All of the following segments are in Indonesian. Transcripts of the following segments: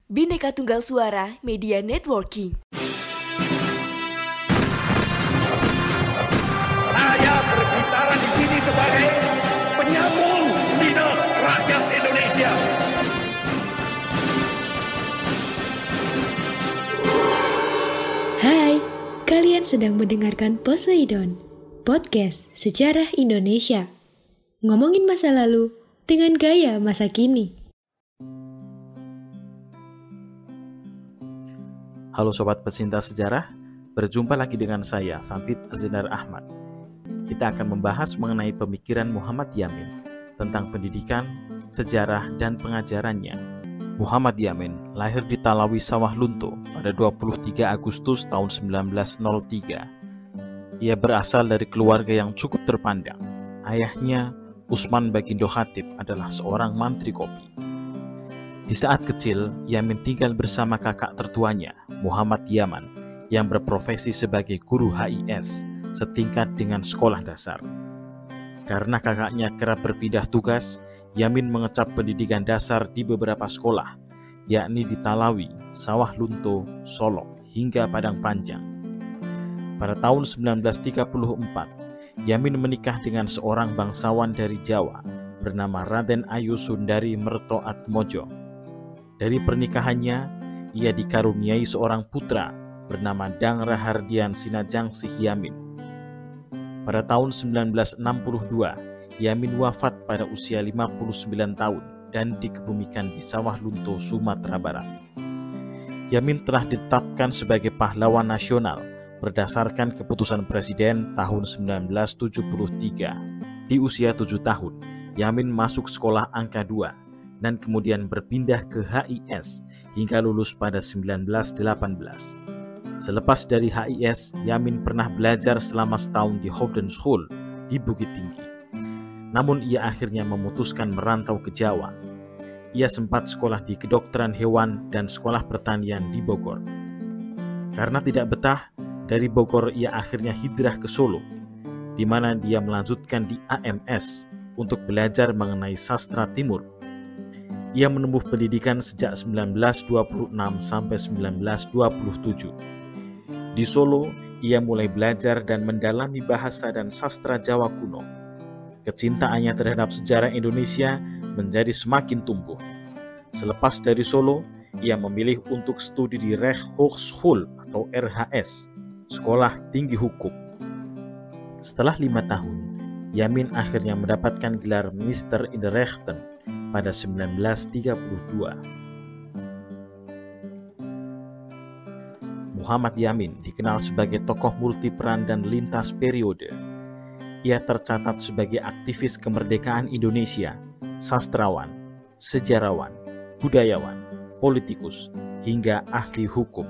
Bhinneka Tunggal Suara Media Networking. Saya berbicara di sini sebagai penyambung lidah rakyat Indonesia. Hai, kalian sedang mendengarkan Poseidon, podcast sejarah Indonesia. Ngomongin masa lalu dengan gaya masa kini. Halo Sobat Pecinta Sejarah, berjumpa lagi dengan saya, Thabit Azindar Ahmad. Kita akan membahas mengenai pemikiran Muhammad Yamin tentang pendidikan, sejarah, dan pengajarannya. Muhammad Yamin lahir di Talawi Sawah Lunto pada 23 Agustus tahun 1903. Ia berasal dari keluarga yang cukup terpandang. Ayahnya, Usman Bagindo Khatib, adalah seorang mantri kopi. Di saat kecil, Yamin tinggal bersama kakak tertuanya, Muhammad Yaman, yang berprofesi sebagai guru HIS, setingkat dengan sekolah dasar. Karena kakaknya kerap berpindah tugas, Yamin mengecap pendidikan dasar di beberapa sekolah, yakni di Talawi, Sawah Lunto, Solok, hingga Padang Panjang. Pada tahun 1934, Yamin menikah dengan seorang bangsawan dari Jawa bernama Raden Ayu Sundari Merto Atmojo. Dari pernikahannya, ia dikaruniai seorang putra bernama Dang Rahardian Sinajangsih Yamin. Pada tahun 1962, Yamin wafat pada usia 59 tahun dan dikebumikan di Sawah Lunto, Sumatera Barat. Yamin telah ditetapkan sebagai pahlawan nasional berdasarkan keputusan Presiden tahun 1973. Di usia 7 tahun, Yamin masuk sekolah angka 2 dan kemudian berpindah ke HIS hingga lulus pada 1918. Selepas dari HIS, Yamin pernah belajar selama setahun di Hovden School di Bukit Tinggi. Namun ia akhirnya memutuskan merantau ke Jawa. Ia sempat sekolah di kedokteran hewan dan sekolah pertanian di Bogor. Karena tidak betah, dari Bogor ia akhirnya hijrah ke Solo, di mana dia melanjutkan di AMS untuk belajar mengenai sastra Timur. Ia menempuh pendidikan sejak 1926 sampai 1927. Di Solo, ia mulai belajar dan mendalami bahasa dan sastra Jawa kuno. Kecintaannya terhadap sejarah Indonesia menjadi semakin tumbuh. Selepas dari Solo, ia memilih untuk studi di Rechtshochschule atau RHS, Sekolah Tinggi Hukum. Setelah 5 tahun, Yamin akhirnya mendapatkan gelar Mr. in the Rechten pada 1932. Muhammad Yamin dikenal sebagai tokoh multiperan dan lintas periode. Ia tercatat sebagai aktivis kemerdekaan Indonesia, sastrawan, sejarawan, budayawan, politikus, hingga ahli hukum.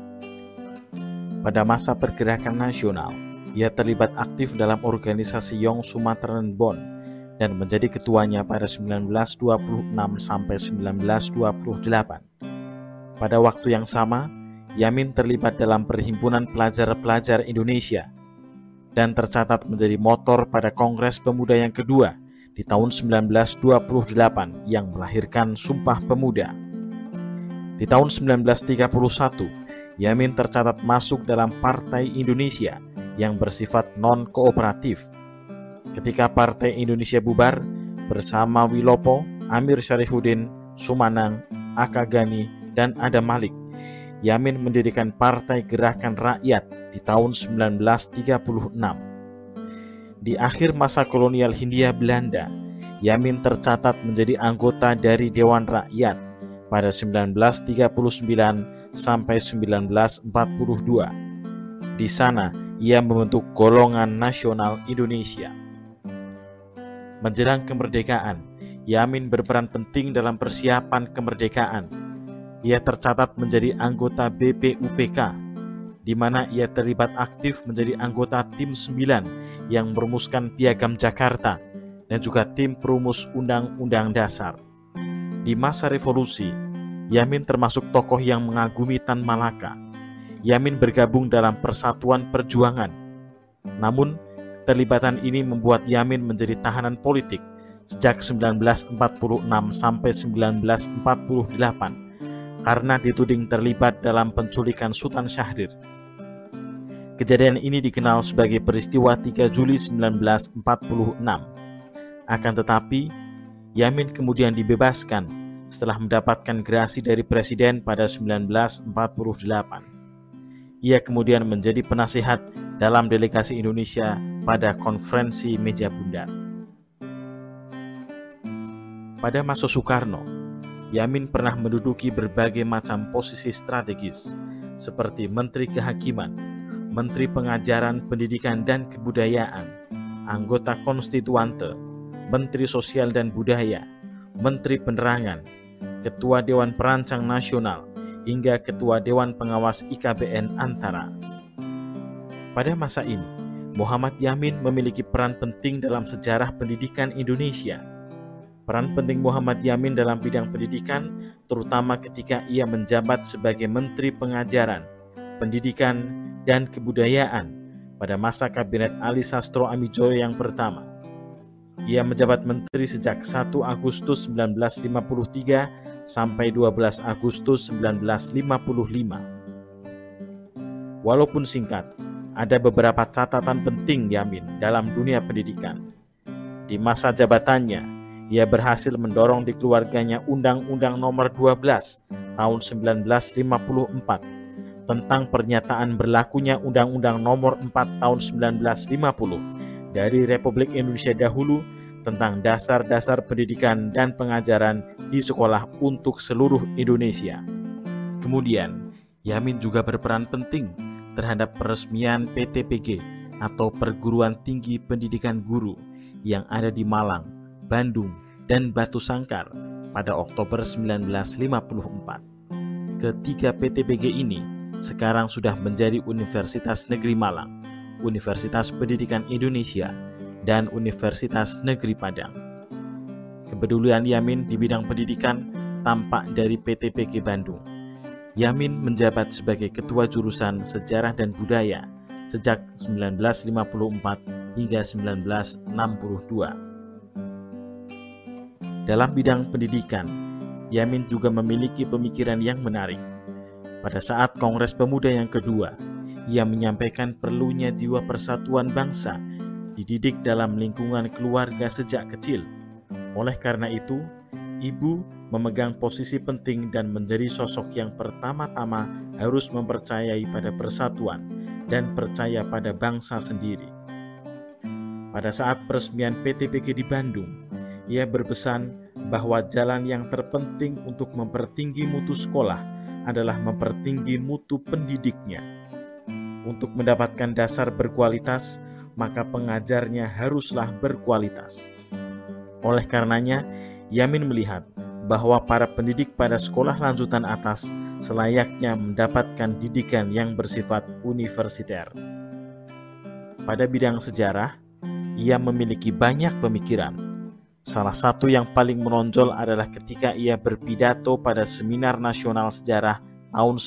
Pada masa pergerakan nasional, ia terlibat aktif dalam organisasi Young Sumatran Bond dan menjadi ketuanya pada 1926 sampai 1928. Pada waktu yang sama, Yamin terlibat dalam Perhimpunan Pelajar-Pelajar Indonesia dan tercatat menjadi motor pada Kongres Pemuda yang kedua di tahun 1928 yang melahirkan Sumpah Pemuda. Di tahun 1931, Yamin tercatat masuk dalam Partai Indonesia yang bersifat non-kooperatif. Ketika Partai Indonesia bubar, bersama Wilopo, Amir Syarifuddin, Sumanang, Aka Gani, dan Adam Malik, Yamin mendirikan Partai Gerakan Rakyat di tahun 1936. Di akhir masa kolonial Hindia Belanda, Yamin tercatat menjadi anggota dari Dewan Rakyat pada 1939 sampai 1942. Di sana, ia membentuk Golongan Nasional Indonesia. Menjelang kemerdekaan, Yamin berperan penting dalam persiapan kemerdekaan. Ia tercatat menjadi anggota BPUPK, di mana ia terlibat aktif menjadi anggota Tim 9 yang merumuskan Piagam Jakarta dan juga tim perumus Undang-Undang Dasar. Di masa revolusi, Yamin termasuk tokoh yang mengagumi Tan Malaka. Yamin bergabung dalam Persatuan Perjuangan. Namun, keterlibatan ini membuat Yamin menjadi tahanan politik sejak 1946 sampai 1948 karena dituding terlibat dalam penculikan Sultan Syahrir. Kejadian ini dikenal sebagai peristiwa 3 Juli 1946. Akan tetapi, Yamin kemudian dibebaskan setelah mendapatkan gerasi dari Presiden pada 1948. Ia kemudian menjadi penasihat dalam delegasi Indonesia pada konferensi meja bundar. Pada masa Soekarno, Yamin pernah menduduki berbagai macam posisi strategis seperti Menteri Kehakiman, Menteri Pengajaran, Pendidikan dan Kebudayaan, anggota Konstituante, Menteri Sosial dan Budaya, Menteri Penerangan, Ketua Dewan Perancang Nasional, hingga Ketua Dewan Pengawas IKBN Antara. Pada masa ini, Muhammad Yamin memiliki peran penting dalam sejarah pendidikan Indonesia. Peran penting Muhammad Yamin dalam bidang pendidikan, terutama ketika ia menjabat sebagai Menteri Pengajaran, Pendidikan, dan Kebudayaan pada masa Kabinet Ali Sastro Amijoyo yang pertama. Ia menjabat menteri sejak 1 Agustus 1953 sampai 12 Agustus 1955. Walaupun singkat, ada beberapa catatan penting Yamin dalam dunia pendidikan. Di masa jabatannya, ia berhasil mendorong di keluarganya Undang-Undang Nomor 12 tahun 1954 tentang pernyataan berlakunya Undang-Undang Nomor 4 tahun 1950 dari Republik Indonesia dahulu tentang dasar-dasar pendidikan dan pengajaran di sekolah untuk seluruh Indonesia. Kemudian, Yamin juga berperan penting terhadap peresmian PTPG atau Perguruan Tinggi Pendidikan Guru yang ada di Malang, Bandung, dan Batu Sangkar pada Oktober 1954. Ketiga PTPG ini sekarang sudah menjadi Universitas Negeri Malang, Universitas Pendidikan Indonesia, dan Universitas Negeri Padang. Kepedulian Yamin di bidang pendidikan tampak dari PTPG Bandung. Yamin menjabat sebagai Ketua Jurusan Sejarah dan Budaya sejak 1954 hingga 1962. Dalam bidang pendidikan, Yamin juga memiliki pemikiran yang menarik. Pada saat Kongres Pemuda yang kedua, ia menyampaikan perlunya jiwa persatuan bangsa dididik dalam lingkungan keluarga sejak kecil. Oleh karena itu, ibu memegang posisi penting dan menjadi sosok yang pertama-tama harus mempercayai pada persatuan dan percaya pada bangsa sendiri. Pada saat peresmian PTPG di Bandung, ia berpesan bahwa jalan yang terpenting untuk mempertinggi mutu sekolah adalah mempertinggi mutu pendidiknya. Untuk mendapatkan dasar berkualitas, maka pengajarnya haruslah berkualitas. Oleh karenanya, Yamin melihat bahwa para pendidik pada sekolah lanjutan atas selayaknya mendapatkan didikan yang bersifat universiter. Pada bidang sejarah, ia memiliki banyak pemikiran. Salah satu yang paling menonjol adalah ketika ia berpidato pada Seminar Nasional Sejarah tahun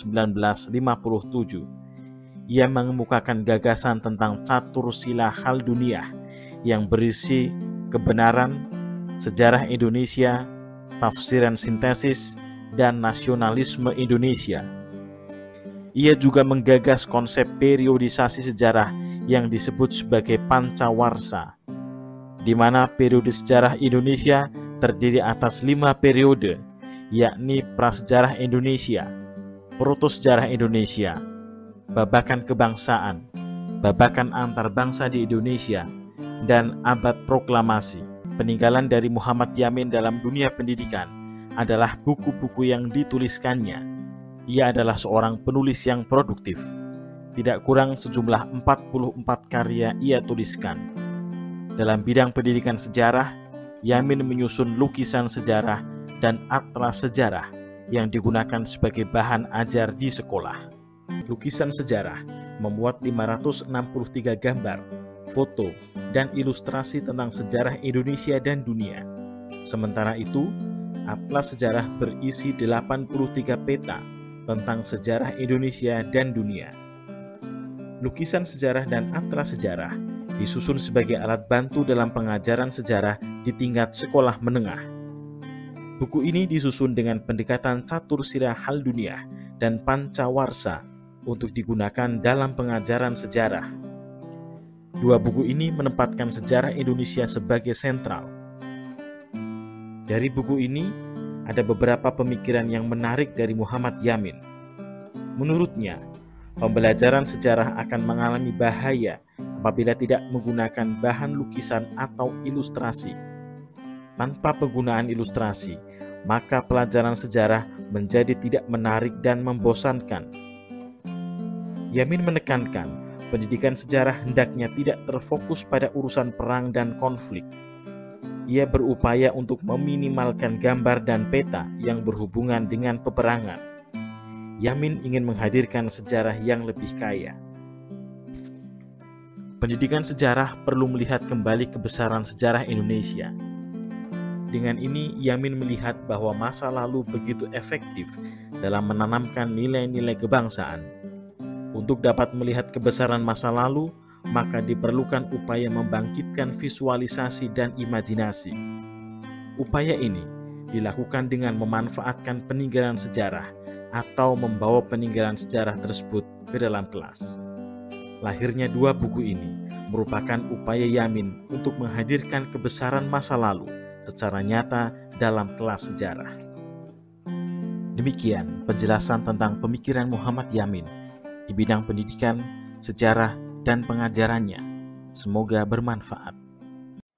1957. Ia mengemukakan gagasan tentang catur sila Khalduniyah yang berisi kebenaran, sejarah Indonesia, tafsiran sintesis, dan nasionalisme Indonesia. Ia juga menggagas konsep periodisasi sejarah yang disebut sebagai Pancawarsa, di mana periode sejarah Indonesia terdiri atas 5 periode, yakni Prasejarah Indonesia, Protosejarah Indonesia, Babakan Kebangsaan, Babakan Antar Bangsa di Indonesia, dan Abad Proklamasi. Peninggalan dari Muhammad Yamin dalam dunia pendidikan adalah buku-buku yang dituliskannya. Ia adalah seorang penulis yang produktif. Tidak kurang sejumlah 44 karya ia tuliskan. Dalam bidang pendidikan sejarah, Yamin menyusun lukisan sejarah dan atlas sejarah yang digunakan sebagai bahan ajar di sekolah. Lukisan sejarah memuat 563 gambar, foto, dan ilustrasi tentang sejarah Indonesia dan dunia. Sementara itu, atlas sejarah berisi 83 peta tentang sejarah Indonesia dan dunia. Lukisan sejarah dan atlas sejarah disusun sebagai alat bantu dalam pengajaran sejarah di tingkat sekolah menengah. Buku ini disusun dengan pendekatan catur sira halduniah dan pancawarsa untuk digunakan dalam pengajaran sejarah. Dua buku ini menempatkan sejarah Indonesia sebagai sentral. Dari buku ini, ada beberapa pemikiran yang menarik dari Muhammad Yamin. Menurutnya, pembelajaran sejarah akan mengalami bahaya apabila tidak menggunakan bahan lukisan atau ilustrasi. Tanpa penggunaan ilustrasi, maka pelajaran sejarah menjadi tidak menarik dan membosankan. Yamin menekankan, pendidikan sejarah hendaknya tidak terfokus pada urusan perang dan konflik. Ia berupaya untuk meminimalkan gambar dan peta yang berhubungan dengan peperangan. Yamin ingin menghadirkan sejarah yang lebih kaya. Pendidikan sejarah perlu melihat kembali kebesaran sejarah Indonesia. Dengan ini, Yamin melihat bahwa masa lalu begitu efektif dalam menanamkan nilai-nilai kebangsaan. Untuk dapat melihat kebesaran masa lalu, maka diperlukan upaya membangkitkan visualisasi dan imajinasi. Upaya ini dilakukan dengan memanfaatkan peninggalan sejarah atau membawa peninggalan sejarah tersebut ke dalam kelas. Lahirnya dua buku ini merupakan upaya Yamin untuk menghadirkan kebesaran masa lalu secara nyata dalam kelas sejarah. Demikian penjelasan tentang pemikiran Muhammad Yamin di bidang pendidikan, sejarah, dan pengajarannya. Semoga bermanfaat.